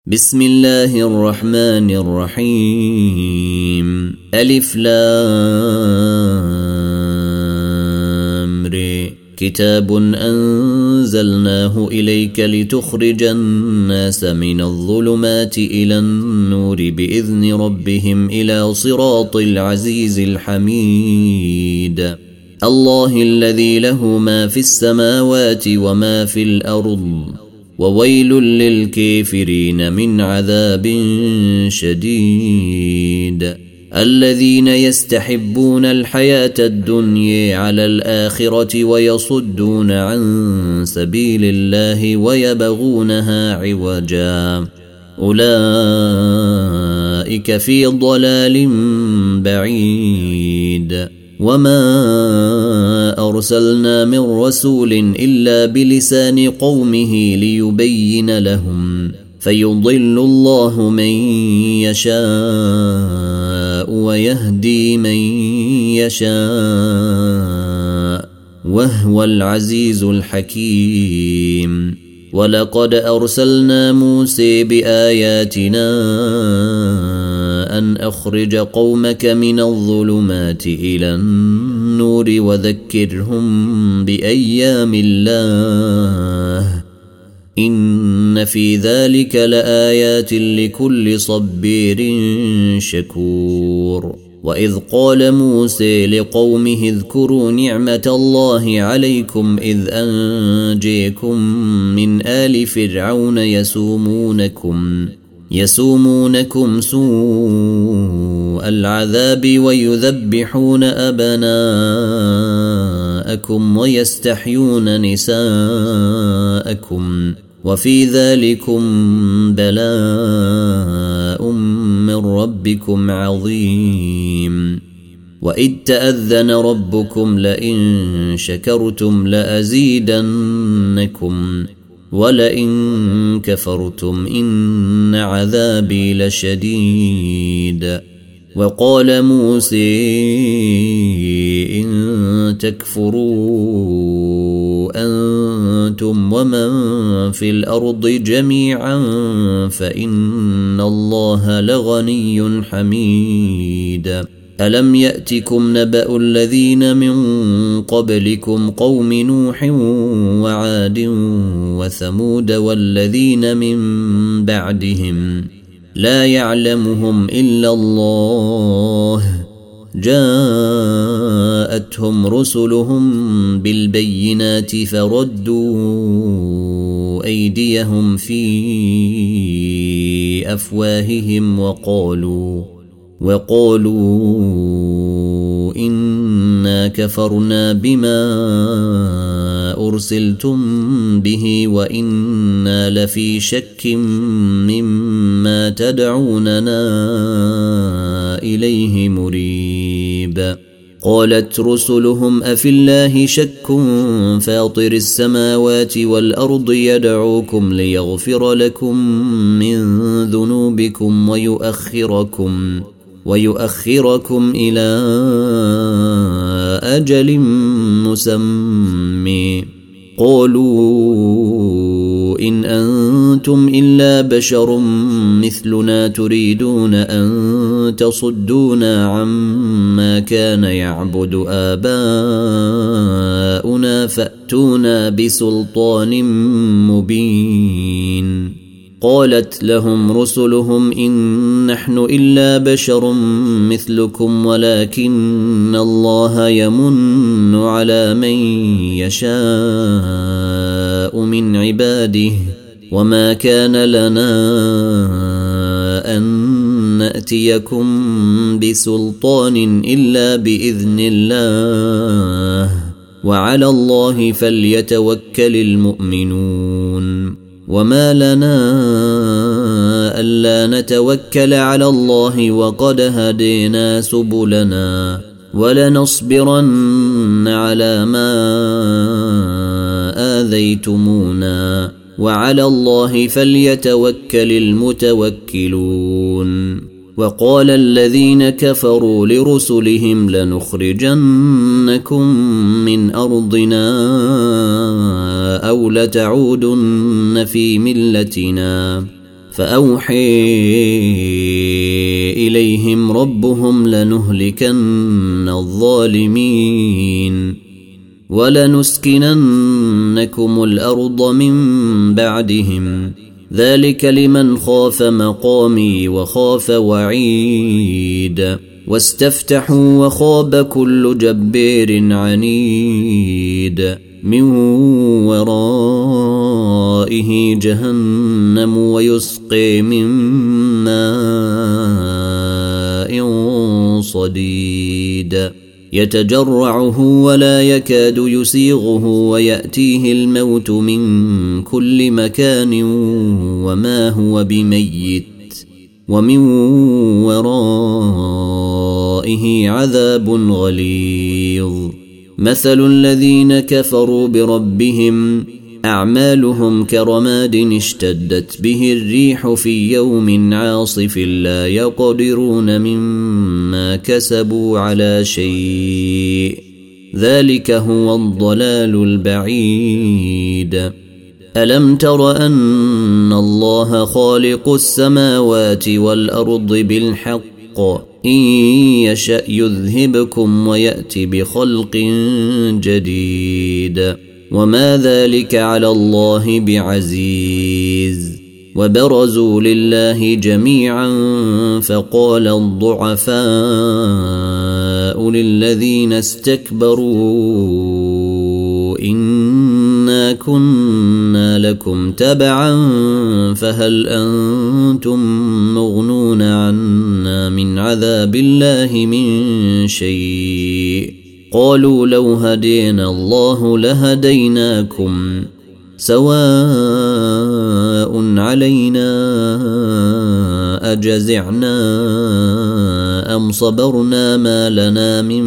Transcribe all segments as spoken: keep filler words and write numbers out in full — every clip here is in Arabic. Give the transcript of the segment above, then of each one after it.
بسم الله الرحمن الرحيم ألف لام ر كتاب أنزلناه إليك لتخرج الناس من الظلمات إلى النور بإذن ربهم إلى صراط العزيز الحميد الله الذي له ما في السماوات وما في الأرض وويل للكافرين من عذاب شديد الذين يستحبون الحياة الدنيا على الآخرة ويصدون عن سبيل الله ويبغونها عوجا أولئك في ضلال بعيد وما أرسلنا من رسول إلا بلسان قومه ليبين لهم فيضل الله من يشاء ويهدي من يشاء وهو العزيز الحكيم ولقد أرسلنا موسى بآياتنا أن أخرج قومك من الظلمات إلى النور وذكرهم بأيام الله إن في ذلك لآيات لكل صبير شكور وإذ قال موسى لقومه اذكروا نعمة الله عليكم إذ أنجيكم من آل فرعون يسومونكم يسومونكم سوء العذاب ويذبحون أبناءكم ويستحيون نساءكم وفي ذلكم بلاء من ربكم عظيم وإذ تأذن ربكم لئن شكرتم لأزيدنكم ولئن كفرتم إن عذابي لشديد وقال موسى إن تكفروا أنتم ومن في الأرض جميعا فإن الله لغني حميد ألم يأتكم نبأ الذين من قبلكم قوم نوح وعاد وثمود والذين من بعدهم لا يعلمهم إلا الله جاءتهم رسلهم بالبينات فردوا أيديهم في أفواههم وقالوا وقالوا إنا كفرنا بما أرسلتم به وإنا لفي شك مما تدعوننا إليه مريب قالت رسلهم أفي الله شك فاطر السماوات والأرض يدعوكم ليغفر لكم من ذنوبكم ويؤخركم ويؤخركم إلى أجل مسمى قالوا إن أنتم إلا بشر مثلنا تريدون أن تصدونا عما كان يعبد آباؤنا فأتونا بسلطان مبين قالت لهم رسلهم إن نحن إلا بشر مثلكم ولكن الله يمن على من يشاء من عباده وما كان لنا أن نأتيكم بسلطان إلا بإذن الله وعلى الله فليتوكل المؤمنون وما لنا ألا نتوكل على الله وقد هدينا سبلنا ولنصبرن على ما آذيتمونا وعلى الله فليتوكل المتوكلون وقال الذين كفروا لرسلهم لنخرجنكم من أرضنا أو لتعودن في ملتنا فأوحي إليهم ربهم لنهلكن الظالمين ولنسكننكم الأرض من بعدهم ذلك لمن خاف مقامي وخاف وعيد واستفتحوا وخاب كل جبار عنيد من ورائه جهنم ويسقي من ماء صديد يتجرعه ولا يكاد يسيغه ويأتيه الموت من كل مكان وما هو بميت ومن ورائه عذاب غليظ مثل الذين كفروا بربهم أعمالهم كرماد اشتدت به الريح في يوم عاصف لا يقدرون مما كسبوا على شيء ذلك هو الضلال البعيد ألم تر أن الله خالق السماوات والأرض بالحق إن يشأ يذهبكم ويأت بخلق جديد وما ذلك على الله بعزيز وبرزوا لله جميعا فقال الضعفاء للذين استكبروا إنا كنا لكم تبعا فهل أنتم مغنون عنا من عذاب الله من شيء قالوا لو هدينا الله لهديناكم سواء علينا أجزعنا أم صبرنا ما لنا من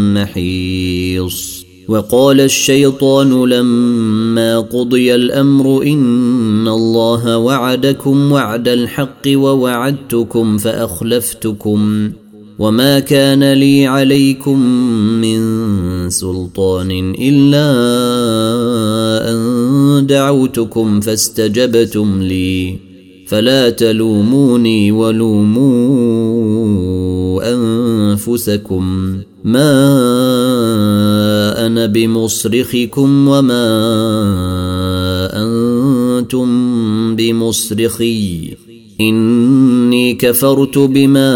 محيص وقال الشيطان لما قضي الأمر إن الله وعدكم وعد الحق ووعدتكم فأخلفتكم وما كان لي عليكم من سلطان إلا أن دعوتكم فاستجبتم لي فلا تلوموني ولوموا أنفسكم ما أنا بمصرخكم وما أنتم بمصرخي إني كفرت بما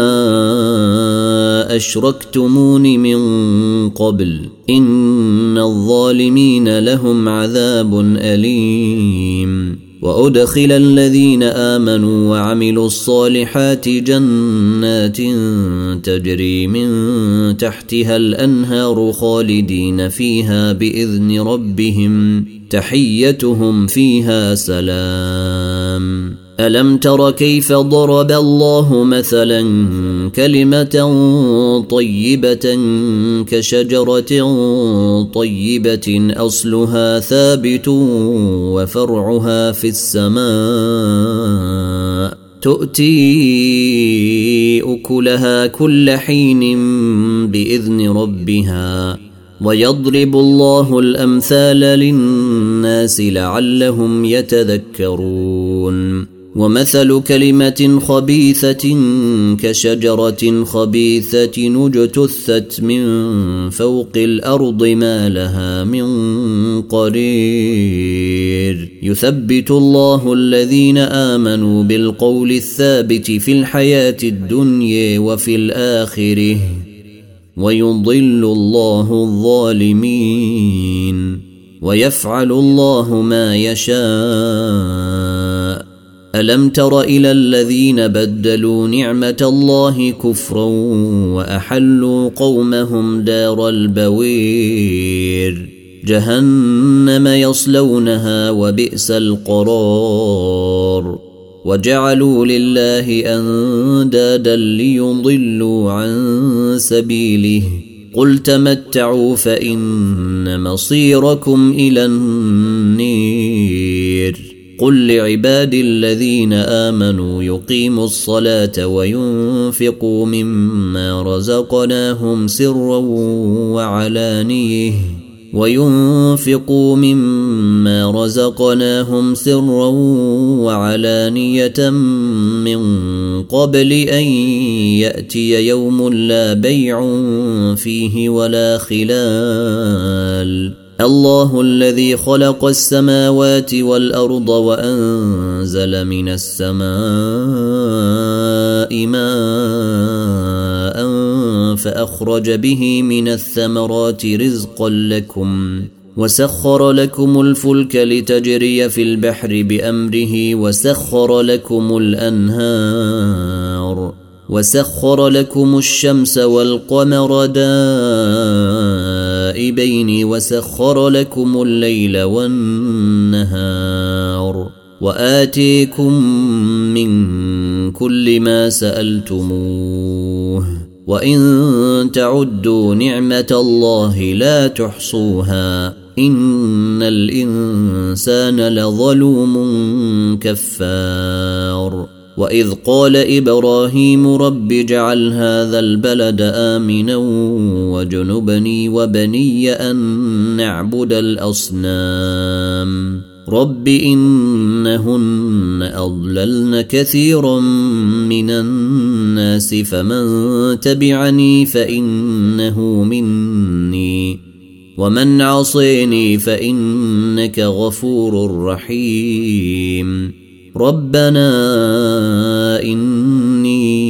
أشركتمون من قبل إن الظالمين لهم عذاب أليم وأدخل الذين آمنوا وعملوا الصالحات جنات تجري من تحتها الأنهار خالدين فيها بإذن ربهم تحيتهم فيها سلام ألم تر كيف ضرب الله مثلا كلمة طيبة كشجرة طيبة أصلها ثابت وفرعها في السماء تؤتي أكلها كل حين بإذن ربها ويضرب الله الأمثال للناس لعلهم يتذكرون ومثل كلمة خبيثة كشجرة خبيثة اجتثت من فوق الأرض ما لها من قرير يثبت الله الذين آمنوا بالقول الثابت في الحياة الدنيا وفي الآخرة ويضل الله الظالمين ويفعل الله ما يشاء ألم تر إلى الذين بدلوا نعمة الله كفرا وأحلوا قومهم دار البوير جهنم يصلونها وبئس القرار وجعلوا لله أندادا ليضلوا عن سبيله قل تمتعوا فإن مصيركم إلى النير قل لعبادي الذين آمنوا يقيموا الصلاة وينفقوا مما رزقناهم سرا وعلانيه وينفقوا مما رزقناهم سرا وعلانية من قبل أن يأتي يوم لا بيع فيه ولا خلال. الله الذي خلق السماوات والأرض وأنزل من السماء ماء فأخرج به من الثمرات رزقا لكم وسخر لكم الفلك لتجري في البحر بأمره وسخر لكم الأنهار وسخر لكم الشمس والقمر دائبين وسخر لكم الليل والنهار وآتيكم من كل ما سألتموه وإن تعدوا نعمة الله لا تحصوها إن الإنسان لظلوم كفار. وإذ قال إبراهيم رب اجعل هذا البلد آمنا وجنبني وبني أن نعبد الأصنام رب إنهن أضللن كثيرا من الناس فمن تبعني فإنه مني ومن عصيني فإنك غفور رحيم. ربنا إني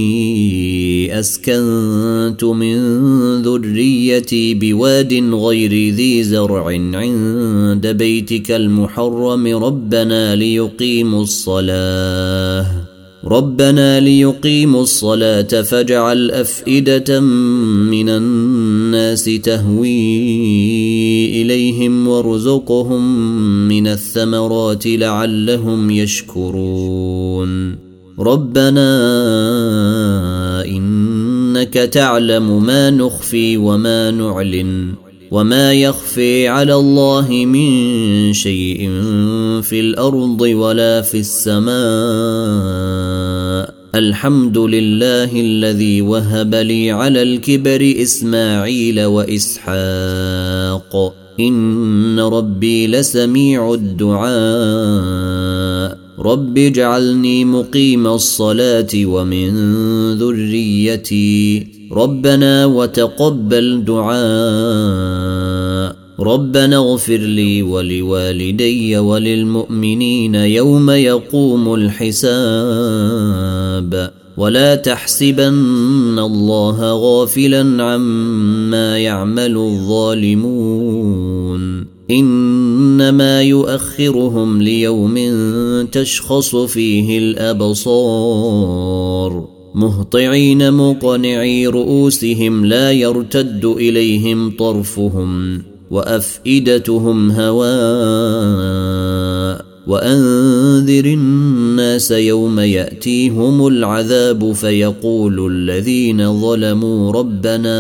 أسكنت من ذريتي بواد غير ذي زرع عند بيتك المحرم ربنا ليقيموا الصلاة ربنا ليقيموا الصلاة فاجعل أفئدة من الناس تهوي إليهم وارزقهم من الثمرات لعلهم يشكرون. ربنا إنك تعلم ما نخفي وما نعلن وما يخفي على الله من شيء في الأرض ولا في السماء. الحمد لله الذي وهب لي على الكبر إسماعيل وإسحاق إن ربي لسميع الدعاء. رب اجعلني مقيم الصلاة ومن ذريتي ربنا وتقبل دعاء. ربنا اغفر لي ولوالدي وللمؤمنين يوم يقوم الحساب. ولا تحسبن الله غافلا عما يعمل الظالمون إنما يؤخرهم ليوم تشخص فيه الأبصار مهطعين مقنعي رؤوسهم لا يرتد إليهم طرفهم وأفئدتهم هواء. وأنذر الناس يوم يأتيهم العذاب فيقول الذين ظلموا ربنا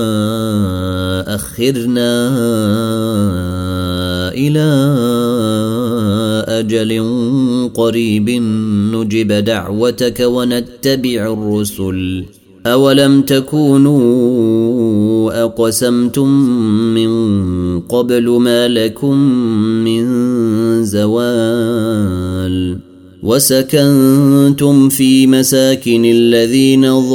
أخرنا إلى أجل قريب نجب دعوتك ونتبع الرسل أولم تكونوا أقسمتم من قبل ما لكم من زوال وسكنتم في مساكن الذين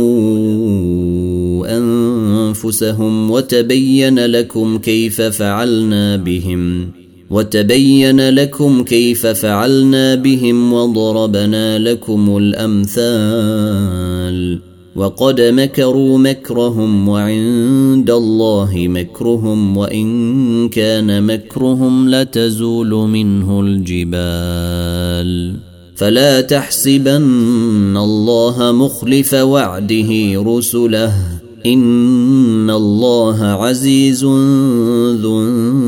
ظلموا أنفسهم وتبين لكم كيف فعلنا بهم وتبين لكم كيف فعلنا بهم وضربنا لكم الأمثال. وقد مكروا مكرهم وعند الله مكرهم وإن كان مكرهم لتزول منه الجبال. فلا تحسبن الله مخلف وعده رسله إن الله عزيز ذو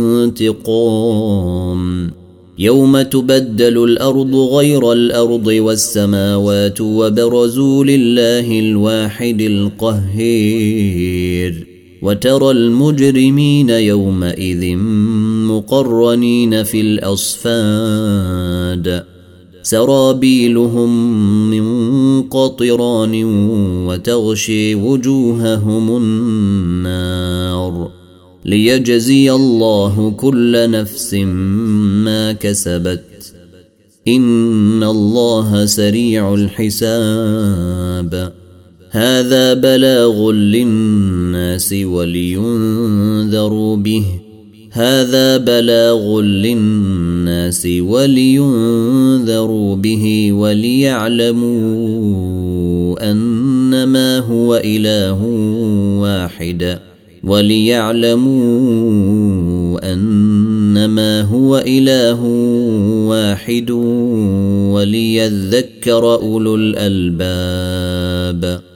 انتقام. يوم تبدل الأرض غير الأرض والسماوات وبرزوا لله الواحد القهير. وترى المجرمين يومئذ مقرنين في الأصفاد سرابيلهم من قطران وتغشي وجوههم النار ليجزي الله كل نفس ما كسبت إن الله سريع الحساب. هذا بلاغ للناس ولينذروا به هذا بلاغ للناس ولينذروا به وليعلموا أنما هو إله واحد وليعلموا أنما هو إله واحد وليذكر أولو الألباب.